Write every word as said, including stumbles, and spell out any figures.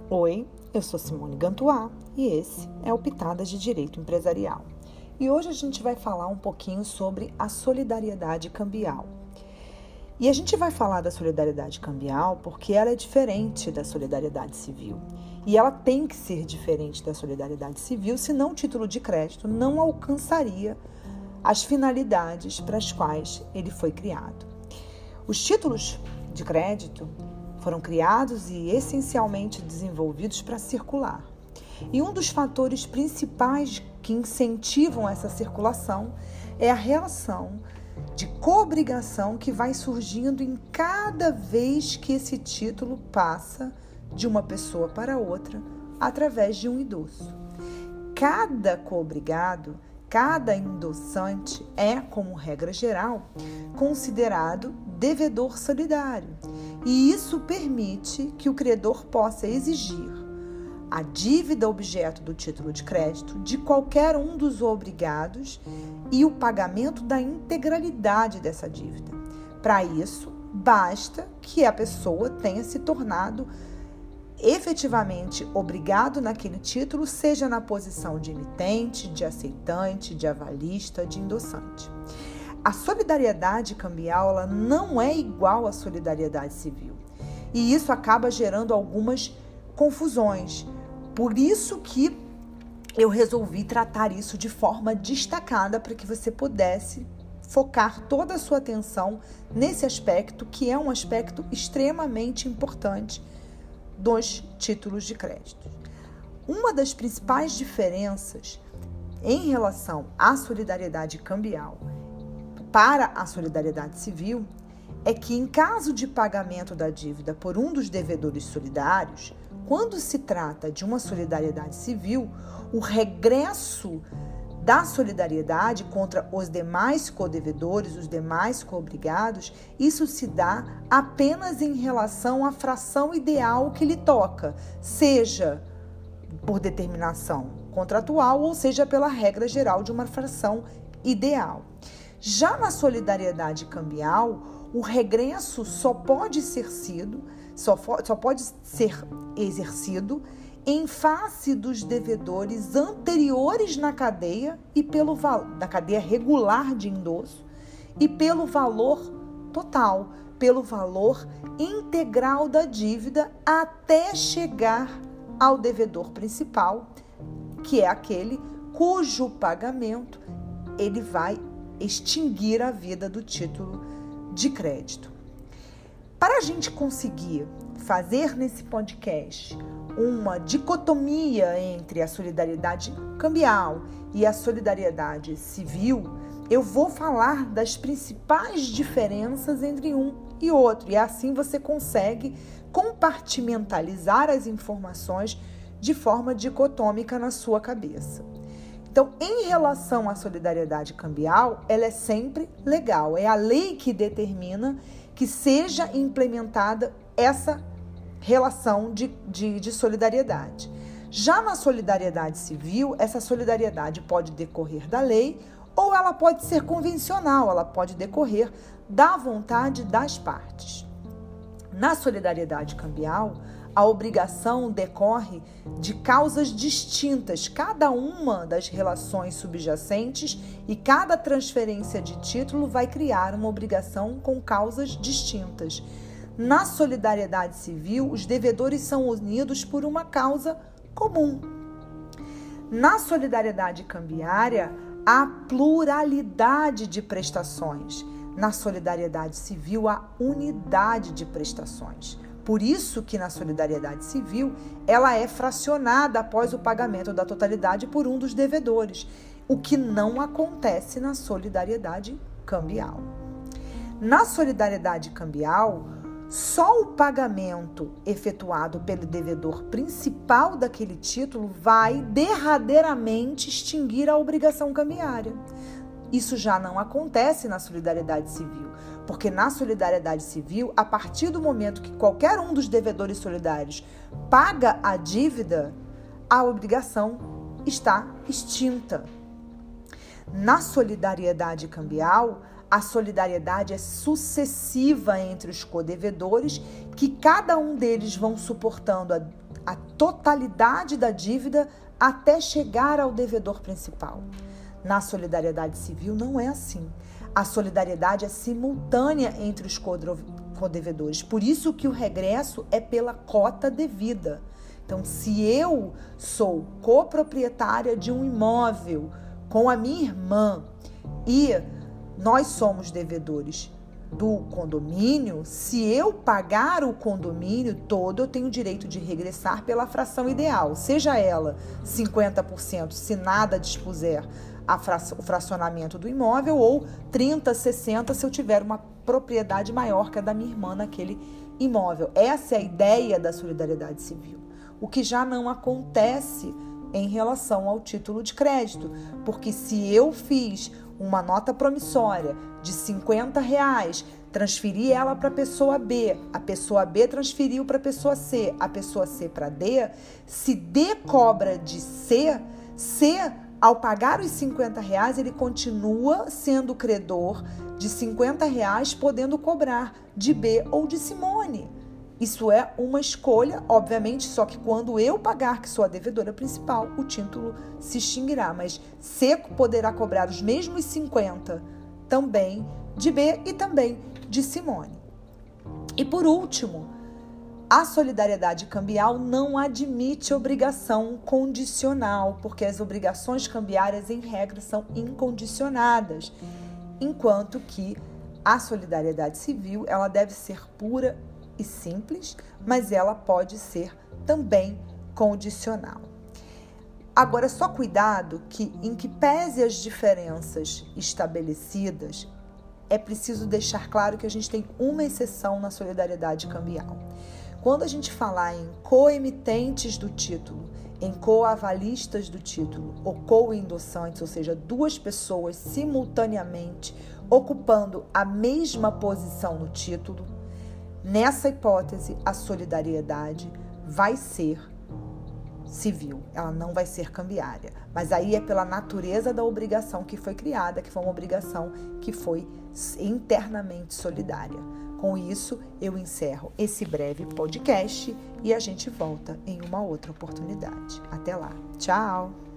Oi, eu sou Simone Gantuá e esse é o Pitadas de Direito Empresarial. E hoje a gente vai falar um pouquinho sobre a solidariedade cambial. E a gente vai falar da solidariedade cambial porque ela é diferente da solidariedade civil. E ela tem que ser diferente da solidariedade civil, senão o título de crédito não alcançaria as finalidades para as quais ele foi criado. Os títulos de crédito foram criados e essencialmente desenvolvidos para circular. E um dos fatores principais que incentivam essa circulação é a relação de coobrigação que vai surgindo em cada vez que esse título passa de uma pessoa para outra através de um endosso. Cada coobrigado, cada endossante é, como regra geral, considerado devedor solidário. E isso permite que o credor possa exigir a dívida objeto do título de crédito de qualquer um dos obrigados e o pagamento da integralidade dessa dívida. Para isso, basta que a pessoa tenha se tornado efetivamente obrigado naquele título, seja na posição de emitente, de aceitante, de avalista, de endossante. A solidariedade cambial ela não é igual à solidariedade civil e isso acaba gerando algumas confusões. Por isso que eu resolvi tratar isso de forma destacada para que você pudesse focar toda a sua atenção nesse aspecto, que é um aspecto extremamente importante dos títulos de crédito. Uma das principais diferenças em relação à solidariedade cambial para a solidariedade civil é que, em caso de pagamento da dívida por um dos devedores solidários, quando se trata de uma solidariedade civil, o regresso da solidariedade contra os demais codevedores, os demais coobrigados, isso se dá apenas em relação à fração ideal que lhe toca, seja por determinação contratual ou seja pela regra geral de uma fração ideal. Já na solidariedade cambial, o regresso só pode ser sido, só, for, só pode ser exercido em face dos devedores anteriores na cadeia e pelo na cadeia regular de endosso e pelo valor total, pelo valor integral da dívida até chegar ao devedor principal, que é aquele cujo pagamento ele vai extinguir a vida do título de crédito. Para a gente conseguir fazer nesse podcast uma dicotomia entre a solidariedade cambial e a solidariedade civil, eu vou falar das principais diferenças entre um e outro, e assim você consegue compartimentalizar as informações de forma dicotômica na sua cabeça. Então, em relação à solidariedade cambial, ela é sempre legal. É a lei que determina que seja implementada essa relação de, de, de solidariedade. Já na solidariedade civil, essa solidariedade pode decorrer da lei ou ela pode ser convencional, ela pode decorrer da vontade das partes. Na solidariedade cambial, a obrigação decorre de causas distintas, cada uma das relações subjacentes e cada transferência de título vai criar uma obrigação com causas distintas. Na solidariedade civil, os devedores são unidos por uma causa comum. Na solidariedade cambiária, há pluralidade de prestações. Na solidariedade civil, há unidade de prestações. Por isso que na solidariedade civil, ela é fracionada após o pagamento da totalidade por um dos devedores, o que não acontece na solidariedade cambial. Na solidariedade cambial, só o pagamento efetuado pelo devedor principal daquele título vai derradeiramente extinguir a obrigação cambiária. Isso já não acontece na solidariedade civil, porque na solidariedade civil, a partir do momento que qualquer um dos devedores solidários paga a dívida, a obrigação está extinta. Na solidariedade cambial, a solidariedade é sucessiva entre os codevedores, que cada um deles vão suportando a, a totalidade da dívida até chegar ao devedor principal. Na solidariedade civil não é assim. A solidariedade é simultânea entre os codevedores. Por isso que o regresso é pela cota devida. Então, se eu sou coproprietária de um imóvel com a minha irmã e nós somos devedores do condomínio, se eu pagar o condomínio todo, eu tenho direito de regressar pela fração ideal, seja ela cinquenta por cento se nada dispuser a fra- o fracionamento do imóvel, ou trinta, sessenta se eu tiver uma propriedade maior que a da minha irmã naquele imóvel. Essa é a ideia da solidariedade civil, o que já não acontece em relação ao título de crédito, porque se eu fiz uma nota promissória de cinquenta reais, transferi ela para a pessoa B, a pessoa B transferiu para a pessoa C, a pessoa C para D, se D cobra de C, C, ao pagar os cinquenta reais, ele continua sendo credor de cinquenta reais, podendo cobrar de B ou de Simone. Isso é uma escolha, obviamente, só que quando eu pagar, que sou a devedora principal, o título se extinguirá, mas C poderá cobrar os mesmos cinquenta também de B e também de Simone. E por último, a solidariedade cambial não admite obrigação condicional, porque as obrigações cambiárias, em regra, são incondicionadas, enquanto que a solidariedade civil, ela deve ser pura e simples, mas ela pode ser também condicional. Agora, só cuidado que, em que pese as diferenças estabelecidas, é preciso deixar claro que a gente tem uma exceção na solidariedade cambial. Quando a gente falar em coemitentes do título, em coavalistas do título ou coendossantes, ou seja, duas pessoas simultaneamente ocupando a mesma posição no título, nessa hipótese, a solidariedade vai ser civil, ela não vai ser cambiária. Mas aí é pela natureza da obrigação que foi criada, que foi uma obrigação que foi internamente solidária. Com isso, eu encerro esse breve podcast e a gente volta em uma outra oportunidade. Até lá. Tchau!